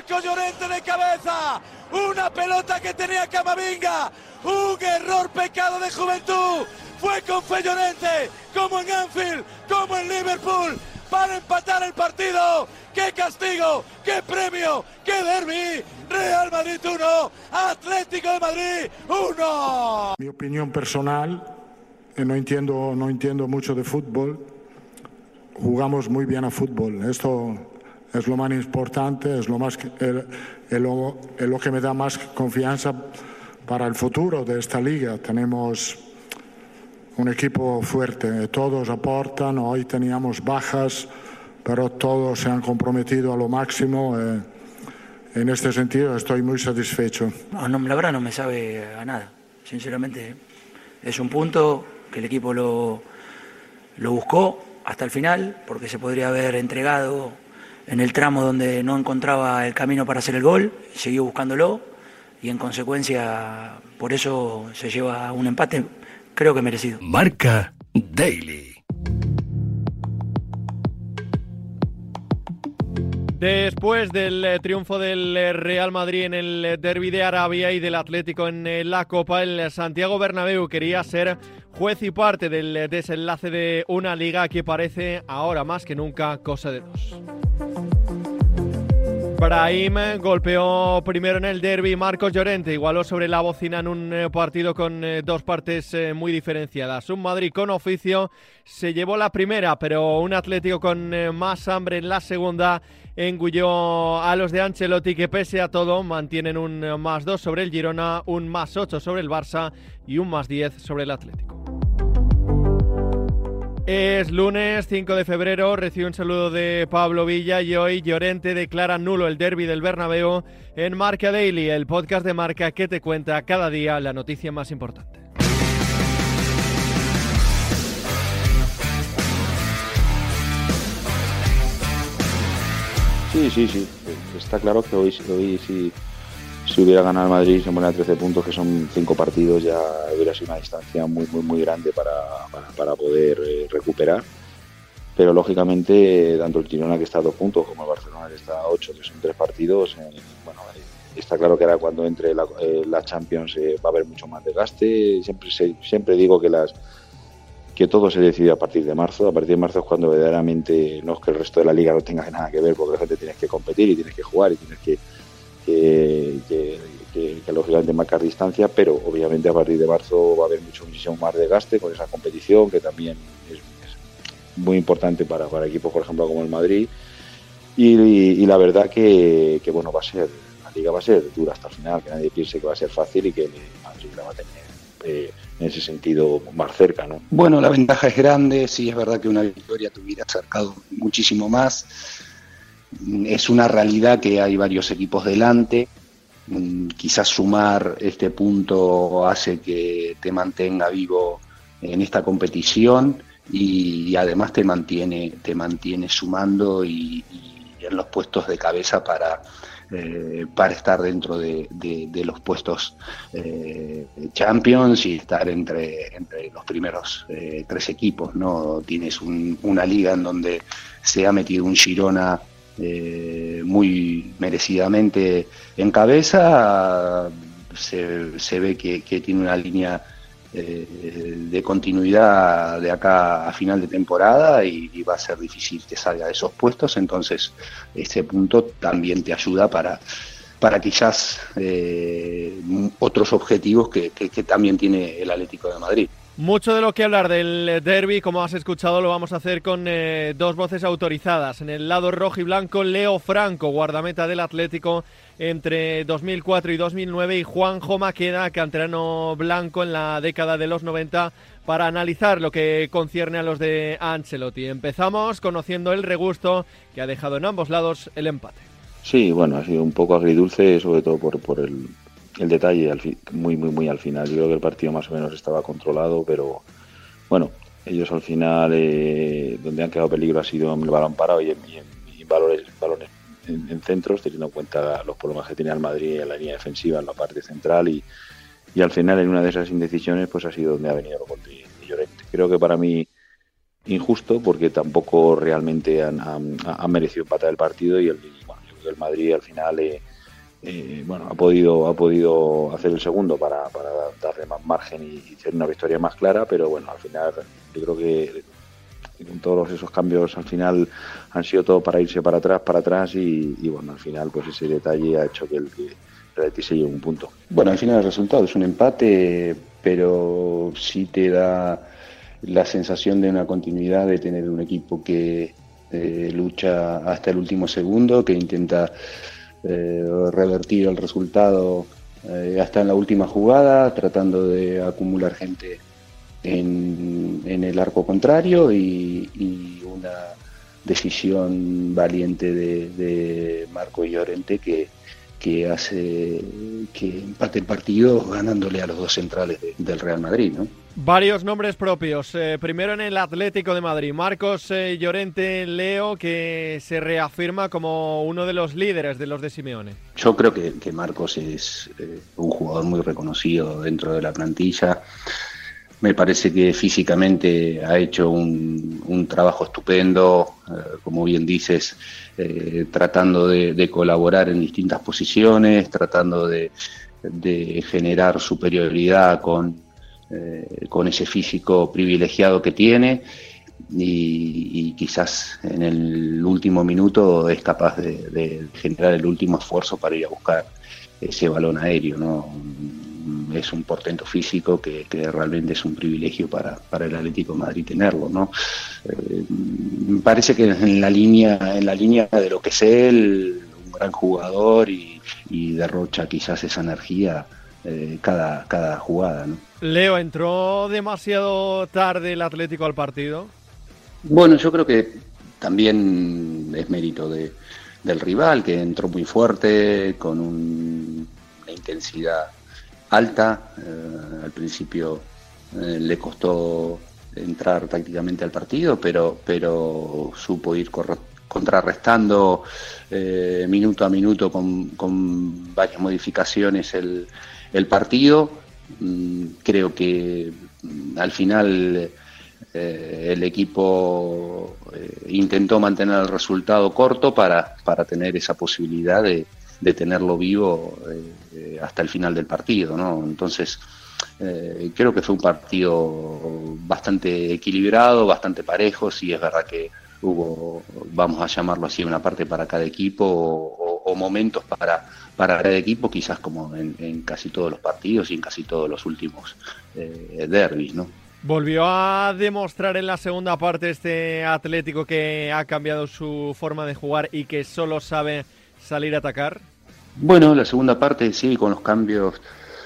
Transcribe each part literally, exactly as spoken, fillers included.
Marcos Llorente de cabeza, una pelota que tenía Camavinga, un error pecado de juventud, fue con fe Llorente, como en Anfield, como en Liverpool, para empatar el partido. ¡Qué castigo! ¡Qué premio! ¡Qué derbi! Real Madrid uno, Atlético de Madrid uno. Mi opinión personal, eh, no entiendo, no entiendo mucho de fútbol. Jugamos muy bien a fútbol. Esto es lo más importante, es lo, más, es, es lo, es lo que me da más confianza para el futuro de esta liga. Tenemos un equipo fuerte, todos aportan, hoy teníamos bajas, pero todos se han comprometido a lo máximo. Eh, en este sentido estoy muy satisfecho. No, no, la verdad no me sabe a nada, sinceramente. Es un punto que el equipo lo, lo buscó hasta el final, porque se podría haber entregado en el tramo donde no encontraba el camino para hacer el gol, siguió buscándolo y en consecuencia por eso se lleva un empate, creo que merecido. Marca Daily. Después del eh, triunfo del eh, Real Madrid en el eh, Derbi de Arabia y del Atlético en eh, la Copa, el Santiago Bernabéu quería ser juez y parte del eh, desenlace de una liga que parece ahora más que nunca cosa de dos. Brahim golpeó primero en el derbi, Marcos Llorente igualó sobre la bocina en un eh, partido con eh, dos partes eh, muy diferenciadas. Un Madrid con oficio se llevó la primera, pero un Atlético con eh, más hambre en la segunda engulló a los de Ancelotti, que pese a todo mantienen un eh, más dos sobre el Girona, un más ocho sobre el Barça y un más diez sobre el Atlético. Es lunes cinco de febrero, recibe un saludo de Pablo Villa y hoy Llorente declara nulo el derbi del Bernabéu en Marca Daily, el podcast de Marca que te cuenta cada día la noticia más importante. Sí, sí, sí, está claro que hoy, hoy si, si hubiera ganado el Madrid, se pone a trece puntos, que son cinco partidos, ya hubiera sido una distancia muy, muy, muy grande para, para, para poder eh, recuperar. Pero lógicamente, tanto el Girona, que está a dos puntos, como el Barcelona, que está a ocho, que son tres partidos, eh, bueno, eh, está claro que ahora cuando entre la, eh, la Champions eh, va a haber mucho más desgaste. Siempre, se, siempre digo que las que todo se decide a partir de marzo. A partir de marzo es cuando verdaderamente no es que el resto de la liga no tenga nada que ver, porque la gente tienes que competir y tienes que jugar y tienes que Que, que, que, que lógicamente marcar distancia, pero obviamente a partir de marzo va a haber mucho, muchísimo más desgaste con esa competición, que también es, es muy importante para, para equipos, por ejemplo, como el Madrid, y, y, y la verdad que, que bueno, va a ser, la liga va a ser dura hasta el final, que nadie piense que va a ser fácil y que el Madrid la va a tener eh, en ese sentido más cerca, ¿no? Bueno, la ventaja es grande, sí es verdad que una victoria te hubiera acercado muchísimo más. Es una realidad que hay varios equipos delante, quizás sumar este punto hace que te mantenga vivo en esta competición y, y además te mantiene, te mantiene sumando y, y en los puestos de cabeza para, eh, para estar dentro de, de, de los puestos eh, Champions y estar entre, entre los primeros eh, tres equipos, ¿no? Tienes un, una liga en donde se ha metido un Girona Eh, muy merecidamente en cabeza, se, se ve que, que tiene una línea eh, de continuidad de acá a final de temporada y, y va a ser difícil que salga de esos puestos, entonces ese punto también te ayuda para, para quizás eh, otros objetivos que, que, que también tiene el Atlético de Madrid. Mucho de lo que hablar del derbi, como has escuchado, lo vamos a hacer con eh, dos voces autorizadas. En el lado rojo y blanco, Leo Franco, guardameta del Atlético entre dos mil cuatro y dos mil nueve, y Juanjo Maqueda, canterano blanco en la década de los noventa, para analizar lo que concierne a los de Ancelotti. Empezamos conociendo el regusto que ha dejado en ambos lados el empate. Sí, bueno, ha sido un poco agridulce, sobre todo por, por el... el detalle al fi- muy muy muy al final. Yo creo que el partido más o menos estaba controlado, pero bueno, ellos al final eh, donde han quedado peligro ha sido en el balón parado y en, y en, y en valores, balones en, en centros, teniendo en cuenta los problemas que tenía el Madrid en la línea defensiva, en la parte central, y, y al final en una de esas indecisiones pues ha sido donde ha venido el gol de, de Llorente. Creo que para mí injusto, porque tampoco realmente han, han, han merecido empatar el partido y el, y, bueno, yo el Madrid al final eh, eh, bueno, ha podido ha podido hacer el segundo para, para darle más margen y hacer una victoria más clara, pero bueno, al final yo creo que con todos esos cambios al final han sido todo para irse para atrás, para atrás y, y bueno, al final pues ese detalle ha hecho que el que el Atleti se lleve un punto. Bueno, al final el resultado es un empate, pero sí te da la sensación de una continuidad, de tener un equipo que eh, lucha hasta el último segundo, que intenta eh, revertir el resultado eh, hasta en la última jugada, tratando de acumular gente en, en el arco contrario y, y una decisión valiente de, de Marco Llorente que que hace que empate el partido ganándole a los dos centrales de, del Real Madrid, ¿no? Varios nombres propios. Eh, primero en el Atlético de Madrid, Marcos eh, Llorente, Leo, que se reafirma como uno de los líderes de los de Simeone. Yo creo que, que Marcos es eh, un jugador muy reconocido dentro de la plantilla. Me parece que físicamente ha hecho un, un trabajo estupendo, eh, como bien dices, eh, tratando de, de colaborar en distintas posiciones, tratando de, de generar superioridad con, eh, con ese físico privilegiado que tiene y, y quizás en el último minuto es capaz de, de generar el último esfuerzo para ir a buscar ese balón aéreo, ¿no? Es un portento físico que, que realmente es un privilegio para, para el Atlético de Madrid tenerlo, ¿no? Eh, me parece que en la línea, en la línea de lo que es él, un gran jugador y, y derrocha quizás esa energía eh, cada, cada jugada, ¿no? Leo, ¿entró demasiado tarde el Atlético al partido? Bueno, yo creo que también es mérito de, del rival, que entró muy fuerte, con un, una intensidad alta. Eh, al principio eh, le costó entrar tácticamente al partido, pero, pero supo ir corre- contrarrestando eh, minuto a minuto con, con varias modificaciones el, el partido. Mm, creo que mm, al final eh, el equipo eh, intentó mantener el resultado corto para, para tener esa posibilidad de de tenerlo vivo eh, hasta el final del partido, ¿no? Entonces, eh, creo que fue un partido bastante equilibrado, bastante parejo, sí es verdad que hubo, vamos a llamarlo así, una parte para cada equipo o, o momentos para, para cada equipo, quizás como en, en casi todos los partidos y en casi todos los últimos eh, derbis, ¿no? Volvió a demostrar en la segunda parte este Atlético que ha cambiado su forma de jugar y que solo sabe salir a atacar. Bueno, la segunda parte sí, con los cambios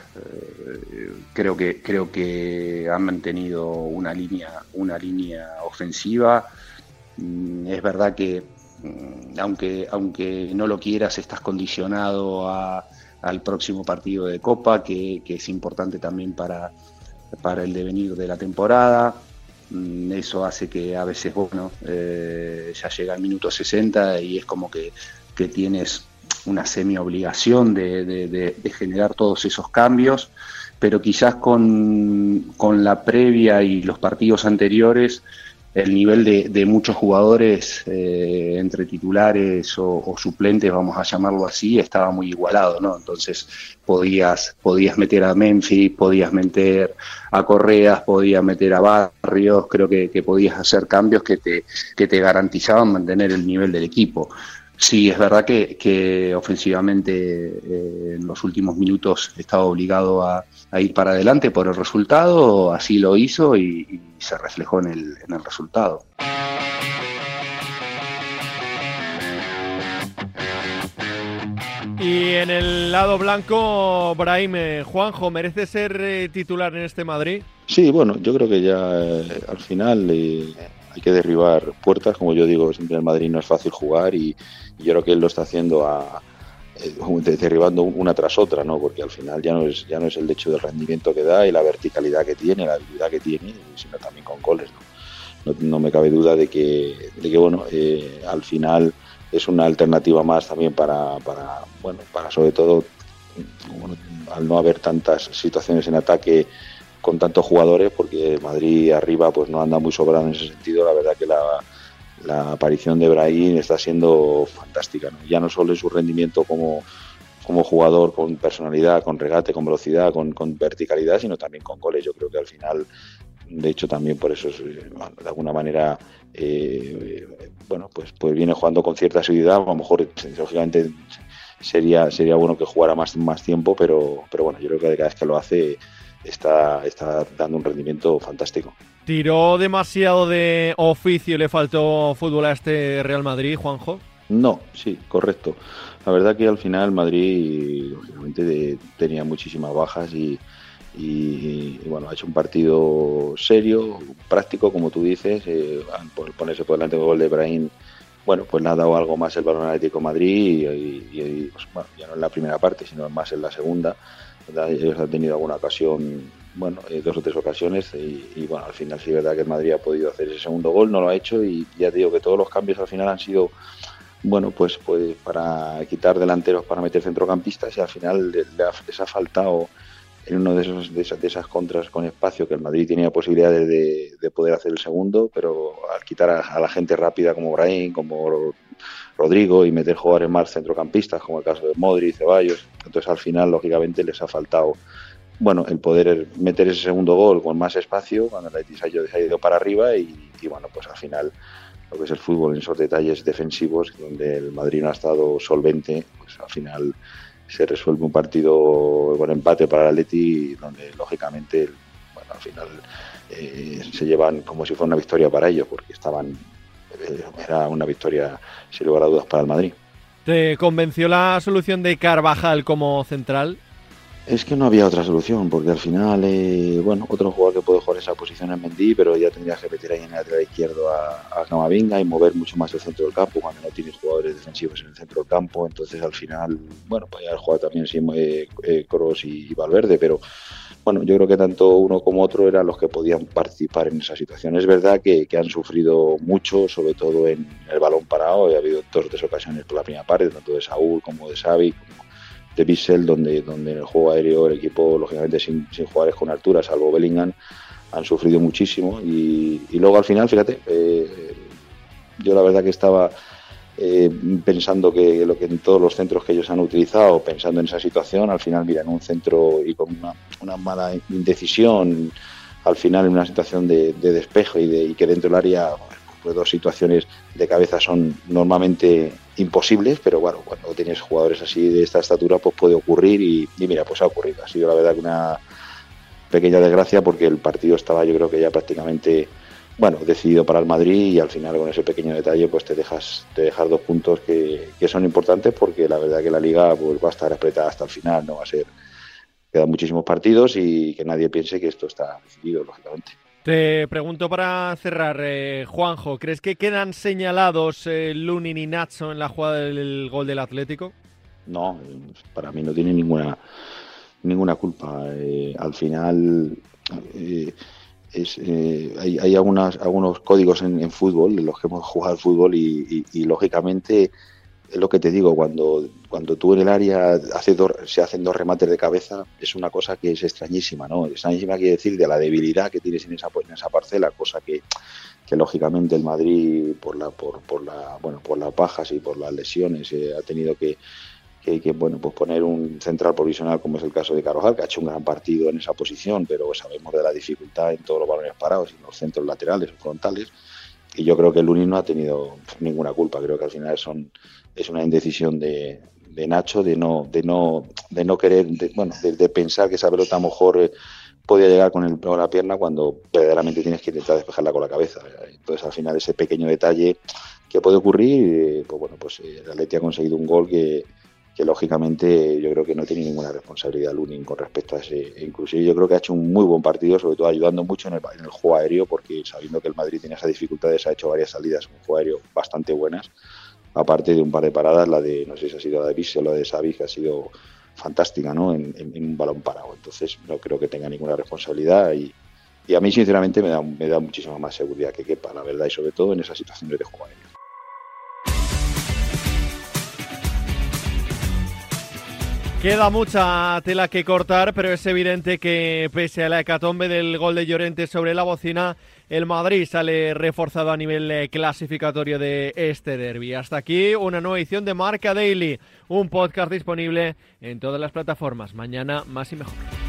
eh, creo que creo que han mantenido una línea una línea ofensiva. Mm, es verdad que mm, aunque aunque no lo quieras estás condicionado a, al próximo partido de Copa que, que es importante también para para el devenir de la temporada. Mm, eso hace que a veces bueno eh, ya llega el minuto sesenta y es como que que tienes una semi-obligación de, de, de, de generar todos esos cambios, pero quizás con, con la previa y los partidos anteriores, el nivel de, de muchos jugadores, eh, entre titulares o, o suplentes, vamos a llamarlo así, estaba muy igualado, ¿no? Entonces podías, podías meter a Memphis, podías meter a Correas, podías meter a Barrios, creo que, que podías hacer cambios que te, que te garantizaban mantener el nivel del equipo. Sí, es verdad que, que ofensivamente eh, en los últimos minutos estaba obligado a, a ir para adelante por el resultado, así lo hizo y, y se reflejó en el, en el resultado. Y en el lado blanco, Brahim, eh, Juanjo, ¿merece ser eh, titular en este Madrid? Sí, bueno, yo creo que ya eh, al final eh, hay que derribar puertas, como yo digo, siempre en el Madrid no es fácil jugar y, y yo creo que él lo está haciendo a, eh, derribando una tras otra, ¿no? Porque al final ya no es ya no es el hecho del rendimiento que da y la verticalidad que tiene, la habilidad que tiene, sino también con goles, ¿no? No, no me cabe duda de que, de que bueno, eh, al final es una alternativa más también para, para bueno, para sobre todo, bueno, al no haber tantas situaciones en ataque con tantos jugadores, porque Madrid arriba pues no anda muy sobrado en ese sentido. La verdad que la, la aparición de Brahim está siendo fantástica, ¿no? Ya no solo en su rendimiento como, como jugador, con personalidad, con regate, con velocidad, con, con verticalidad, sino también con goles. Yo creo que al final, de hecho, también por eso es, de alguna manera, eh, bueno, pues, pues viene jugando con cierta seguridad. A lo mejor, lógicamente, sería sería bueno que jugara más, más tiempo, pero, pero bueno, yo creo que cada vez que lo hace está, está dando un rendimiento fantástico. ¿Tiró demasiado de oficio y le faltó fútbol a este Real Madrid, Juanjo? No, sí, correcto. La verdad que al final Madrid, lógicamente, de, tenía muchísimas bajas y, y, y bueno, ha hecho un partido serio, práctico, como tú dices. Eh, por ponerse por delante del gol de Brahim, bueno, pues le ha dado algo más el balón al Atlético de Madrid y, y, y pues, bueno, ya no en la primera parte, sino más en la segunda. Ellos han tenido alguna ocasión, bueno, eh, dos o tres ocasiones y, y bueno, al final sí es verdad que el Madrid ha podido hacer ese segundo gol, no lo ha hecho y ya te digo que todos los cambios al final han sido, bueno, pues, pues para quitar delanteros para meter centrocampistas y al final les, les ha faltado en uno de esos de esas, de esas contras con espacio que el Madrid tenía posibilidades de, de poder hacer el segundo, pero al quitar a, a la gente rápida como Brahim, como Rodrigo y meter jugadores más centrocampistas como el caso de Modric, Ceballos, entonces al final lógicamente les ha faltado, bueno, el poder meter ese segundo gol con más espacio cuando el Atlético se ha ido para arriba y, y bueno, pues al final lo que es el fútbol en esos detalles defensivos donde el Madrid no ha estado solvente, pues al final se resuelve un partido con empate para el Atleti donde lógicamente, bueno, al final eh, se llevan como si fuera una victoria para ellos porque estaban, eh, era una victoria sin lugar a dudas para el Madrid. ¿Te convenció la solución de Carvajal como central? Es que no había otra solución, porque al final, eh, bueno, otro jugador que puede jugar esa posición es Mendy, pero ya tendrías que meter ahí en el lateral izquierdo a, a Camavinga y mover mucho más el centro del campo cuando no tienes jugadores defensivos en el centro del campo. Entonces, al final, bueno, podía haber jugado también sí, eh, eh, Kroos y, y Valverde, pero bueno, yo creo que tanto uno como otro eran los que podían participar en esa situación. Es verdad que, que han sufrido mucho, sobre todo en el balón parado, y ha habido dos o tres ocasiones por la primera parte, tanto de Saúl como de Xavi, como de Bissell, donde, donde en el juego aéreo el equipo, lógicamente sin, sin jugadores con altura, salvo Bellingham, han sufrido muchísimo y, y luego al final, fíjate, eh, yo la verdad que estaba eh, pensando que lo que en todos los centros que ellos han utilizado, pensando en esa situación, al final, mira, en un centro y con una, una mala indecisión, al final en una situación de, de despejo y, de, y que dentro del área, pues dos situaciones de cabeza son normalmente imposibles, pero bueno, cuando tienes jugadores así de esta estatura, pues puede ocurrir y, y mira, pues ha ocurrido. Ha sido la verdad que una pequeña desgracia porque el partido estaba, yo creo que ya prácticamente, bueno, decidido para el Madrid y al final con ese pequeño detalle pues te dejas te dejas dos puntos que, que son importantes porque la verdad que la Liga pues va a estar apretada hasta el final, no va a ser, quedan muchísimos partidos y que nadie piense que esto está decidido, lógicamente. Te pregunto para cerrar, eh, Juanjo, ¿crees que quedan señalados eh, Lunin y Nacho en la jugada del gol del Atlético? No, para mí no tiene ninguna ninguna culpa. Eh, al final eh, es, eh, hay, hay algunas, algunos códigos en, en fútbol, en los que hemos jugado al fútbol y, y, y lógicamente es lo que te digo, cuando, cuando tú en el área hace dos, se hacen dos remates de cabeza, es una cosa que es extrañísima, ¿no? Extrañísima quiere decir de la debilidad que tienes en esa, en esa parcela, cosa que, que lógicamente el Madrid, por la, por, por la, bueno, por las bajas y por las lesiones, eh, ha tenido que, que, que bueno, pues poner un central provisional, como es el caso de Carvajal, que ha hecho un gran partido en esa posición, pero sabemos de la dificultad en todos los balones parados y en los centros laterales o frontales. Y yo creo que el Lunin no ha tenido ninguna culpa, creo que al final son es una indecisión de, de Nacho de no de no de no querer de, bueno de, de pensar que esa pelota a lo mejor eh, podía llegar con, el, con la pierna cuando verdaderamente tienes que intentar despejarla con la cabeza. Entonces al final ese pequeño detalle que puede ocurrir, eh, pues bueno, pues eh, el Atleti ha conseguido un gol que, que lógicamente yo creo que no tiene ninguna responsabilidad Lunin con respecto a ese. Inclusive yo creo que ha hecho un muy buen partido, sobre todo ayudando mucho en el, en el juego aéreo, porque sabiendo que el Madrid tiene esas dificultades ha hecho varias salidas en un juego aéreo bastante buenas, aparte de un par de paradas, la de, no sé si ha sido la de Bissell o la de Xavi, que ha sido fantástica, ¿no? En, en, en un balón parado. Entonces no creo que tenga ninguna responsabilidad y, y a mí sinceramente me da, me da muchísima más seguridad que Kepa, la verdad, y sobre todo en esas situaciones de juego aéreo. Queda mucha tela que cortar, pero es evidente que pese a la hecatombe del gol de Llorente sobre la bocina, el Madrid sale reforzado a nivel clasificatorio de este derbi. Hasta aquí una nueva edición de Marca Daily, un podcast disponible en todas las plataformas. Mañana más y mejor.